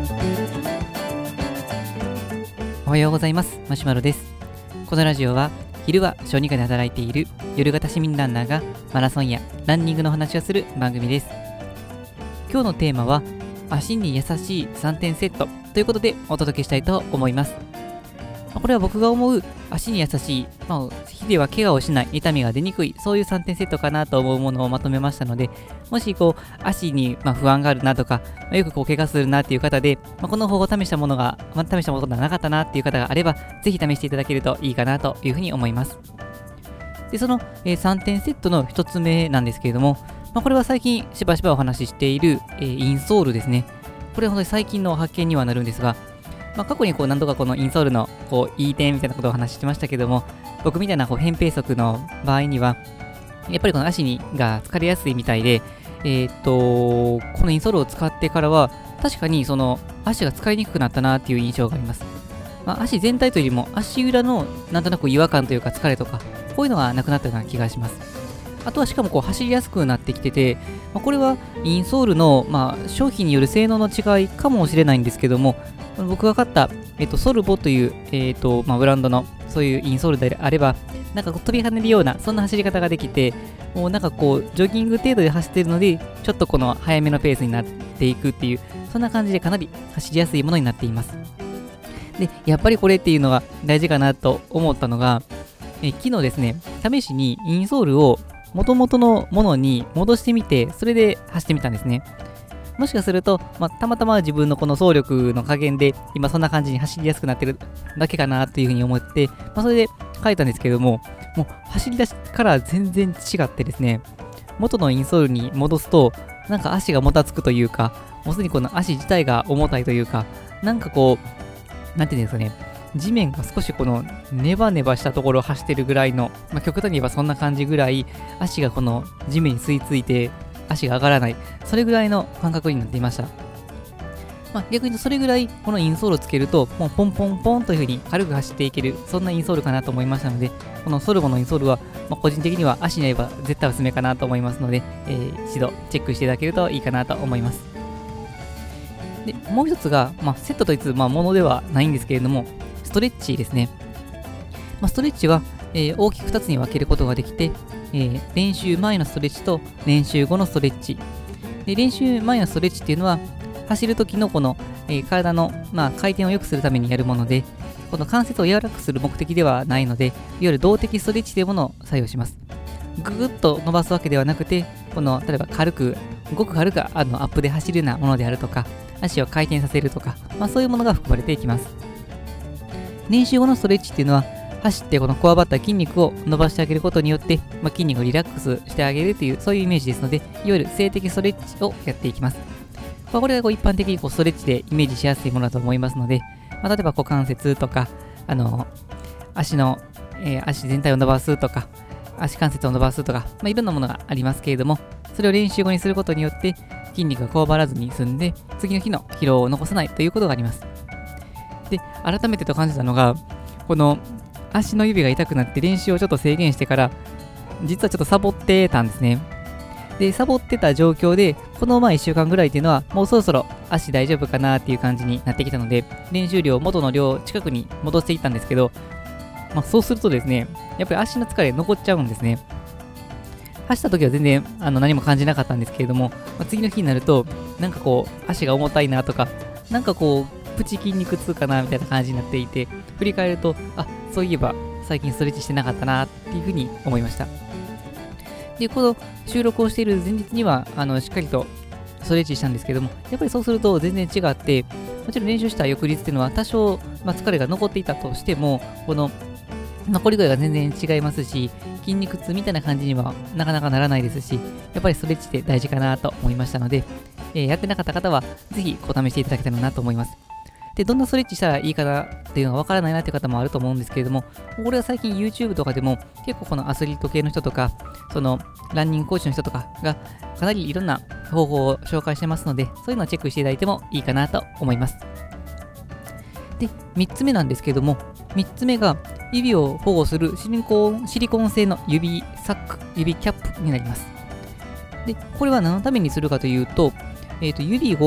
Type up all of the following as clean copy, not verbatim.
おはようございます。マシュマロです。このラジオは昼は小児科で働いている夜型市民ランナーがマラソンやランニングの話をする番組です。今日のテーマは足に優しい3点セットということでお届けしたいと思います。これは僕が思う足に優しい、日では怪我をしない、痛みが出にくい、そういう3点セットかなと思うものをまとめましたので、もし足に不安があるなとか、よく怪我するなっていう方で、この方法を試したものがなかったなっていう方があれば、ぜひ試していただけるといいかなというふうに思います。で、その、3点セットの1つ目なんですけれども、これは最近しばしばお話ししている、インソールですね。これは本当に最近の発見にはなるんですが、過去に何度かこのインソールのいい点みたいなことをお話ししてましたけども、僕みたいな扁平足の場合には、やっぱりこの足が疲れやすいみたいで、このインソールを使ってからは、確かにその足が疲れにくくなったなっていう印象があります。足全体というよりも足裏のなんとなく違和感というか疲れとか、こういうのがなくなったような気がします。あとはしかも走りやすくなってきてて、これはインソールの、商品による性能の違いかもしれないんですけども、僕が買った、ソルボという、ブランドのそういうインソールであれば、飛び跳ねるような、そんな走り方ができて、もうジョギング程度で走っているので、ちょっとこの早めのペースになっていくっていう、そんな感じでかなり走りやすいものになっています。で、やっぱりこれっていうのが大事かなと思ったのが、昨日ですね、試しにインソールを元々のものに戻してみて、それで走ってみたんですね。もしかすると、たまたま自分のこの走力の加減で、今そんな感じに走りやすくなってるだけかなというふうに思って、それで書いたんですけども、もう走り出しから全然違ってですね、元のインソールに戻すと、足がもたつくというか、もうすでにこの足自体が重たいというか、なんていうんですかね、地面が少しこのネバネバしたところを走ってるぐらいの、極端に言えばそんな感じぐらい、足がこの地面に吸い付いて、足が上がらない、それぐらいの感覚になっていました。逆に言うとそれぐらいこのインソールをつけると、もうポンポンポンという風に軽く走っていける、そんなインソールかなと思いましたので、このソルボのインソールは、個人的には足に合えば絶対おすすめかなと思いますので、一度チェックしていただけるといいかなと思います。で、もう一つが、セットといつものではないんですけれども、ストレッチですね。ストレッチは、大きく2つに分けることができて、練習前のストレッチと練習後のストレッチ。で、練習前のストレッチっていうのは、走るときのこの、体の、回転を良くするためにやるもので、この関節を柔らかくする目的ではないので、いわゆる動的ストレッチというものを採用します。ぐぐっと伸ばすわけではなくて、例えばごく軽くアップで走るようなものであるとか、足を回転させるとか、そういうものが含まれていきます。練習後のストレッチっていうのは、走ってこのこわばった筋肉を伸ばしてあげることによって、筋肉をリラックスしてあげるという、そういうイメージですので、いわゆる静的ストレッチをやっていきます。これが一般的にストレッチでイメージしやすいものだと思いますので、例えば股関節とか、足全体を伸ばすとか、足関節を伸ばすとか、いろんなものがありますけれども、それを練習後にすることによって、筋肉がこわばらずに済んで、次の日の疲労を残さないということがあります。で、改めてと感じたのが、この足の指が痛くなって練習をちょっと制限してから、実はちょっとサボってたんですね。で、サボってた状況で、この1週間ぐらいっていうのは、もうそろそろ足大丈夫かなっていう感じになってきたので、練習量、元の量近くに戻していったんですけど、そうするとですね、やっぱり足の疲れ残っちゃうんですね。走った時は全然何も感じなかったんですけれども、次の日になると、足が重たいなとか、プチ筋肉痛かなみたいな感じになっていて、振り返ると、そういえば最近ストレッチしてなかったなっていうふうに思いました。で、この収録をしている前日には、しっかりとストレッチしたんですけども、やっぱりそうすると全然違って、もちろん練習した翌日っていうのは多少、疲れが残っていたとしても、この残り具合が全然違いますし、筋肉痛みたいな感じにはなかなかならないですし、やっぱりストレッチって大事かなと思いましたので、やってなかった方は、ぜひ試していただけたらなと思います。で、どんなストレッチしたらいいかなっていうのがわからないなっていう方もあると思うんですけれども、これは最近 YouTube とかでも結構このアスリート系の人とか、ランニングコーチの人とかがかなりいろんな方法を紹介してますので、そういうのをチェックしていただいてもいいかなと思います。で、3つ目なんですけれども、3つ目が指を保護するシリコン製の指サック、指キャップになります。で、これは何のためにするかというと、指を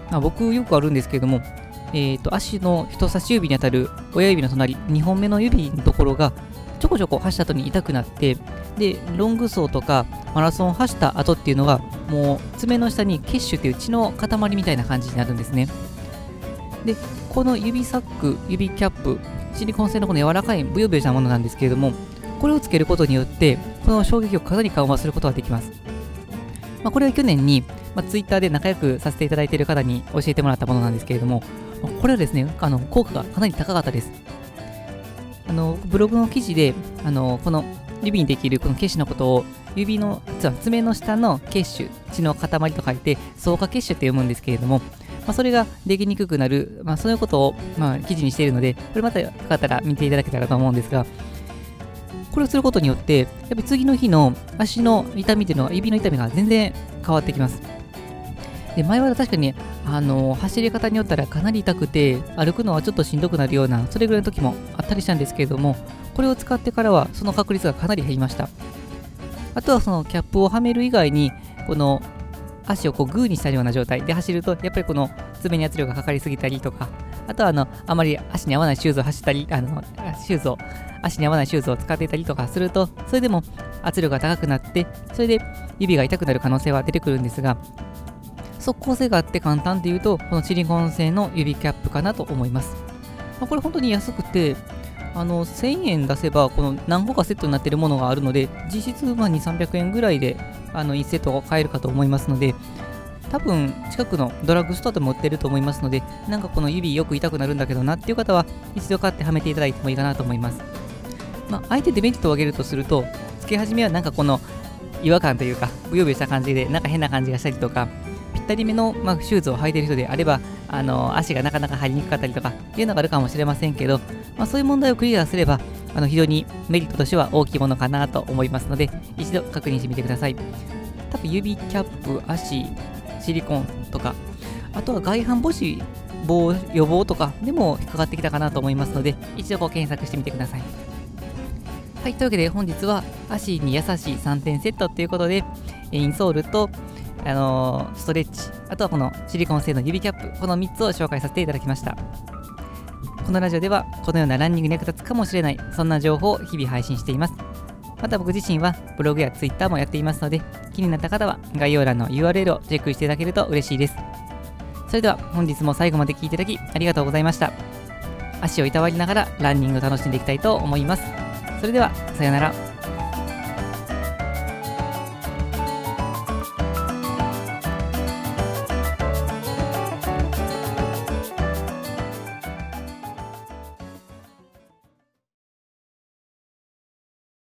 僕よくあるんですけれども、足の人差し指にあたる親指の隣、2本目の指のところがちょこちょこ走った後に痛くなって、で、ロング走とかマラソンを走った後っていうのが、もう爪の下に血腫っていう血の塊みたいな感じになるんですね。で、この指サック、指キャップ、シリコン製のこの柔らかいブヨブヨしたものなんですけれども、これをつけることによって、この衝撃をかなり緩和することができます。これは去年に、ツイッターで仲良くさせていただいている方に教えてもらったものなんですけれども、これはですね、効果がかなり高かったです。ブログの記事で、この指にできるこの血腫のことを、指の、爪の下の血腫、血の塊と書いて、草加血腫って読むんですけれども、それができにくくなる、そういうことを、記事にしているので、これまたよかったら見ていただけたらと思うんですが、これをすることによって、やっぱり次の日の足の痛みというのは、指の痛みが全然変わってきます。で、前は確かに、走り方によったらかなり痛くて、歩くのはちょっとしんどくなるような、それぐらいの時もあったりしたんですけれども、これを使ってからは、その確率がかなり減りました。あとはそのキャップをはめる以外に、この足をこうグーにしたような状態で走ると、やっぱりこの爪に圧力がかかりすぎたりとか、あとはあまり足に合わないシューズを走ったり、足に合わないシューズを使っていたりとかすると、それでも圧力が高くなって、それで指が痛くなる可能性は出てくるんですが、速効性があって簡単というと、このシリコン製の指キャップかなと思います。これ本当に安くて、1000円出せば、この何個かセットになっているものがあるので、実質2、300円ぐらいで1セットが買えるかと思いますので、多分近くのドラッグストアでも売ってると思いますので、なんかこの指よく痛くなるんだけどなっていう方は、一度買ってはめていただいてもいいかなと思います。あえてデメリットを挙げるとすると、つけ始めはなんかこの違和感というか、ブヨブヨした感じで、なんか変な感じがしたりとか、ぴったりめの、シューズを履いている人であれば、足がなかなか入りにくかったりとかいうのがあるかもしれませんけど、そういう問題をクリアすれば、非常にメリットとしては大きいものかなと思いますので、一度確認してみてください。多分指キャップ、足、シリコンとか、あとは外反母趾予防とかでも引っかかってきたかなと思いますので、一度検索してみてください。はい、というわけで本日は足に優しい3点セットということで、インソールとストレッチ、あとはこのシリコン製の指キャップ、この3つを紹介させていただきました。このラジオではこのようなランニングに役立つかもしれない、そんな情報を日々配信しています。また僕自身はブログやツイッターもやっていますので、気になった方は概要欄の URL をチェックしていただけると嬉しいです。それでは本日も最後まで聞いていただきありがとうございました。足をいたわりながらランニングを楽しんでいきたいと思います。それではさようなら。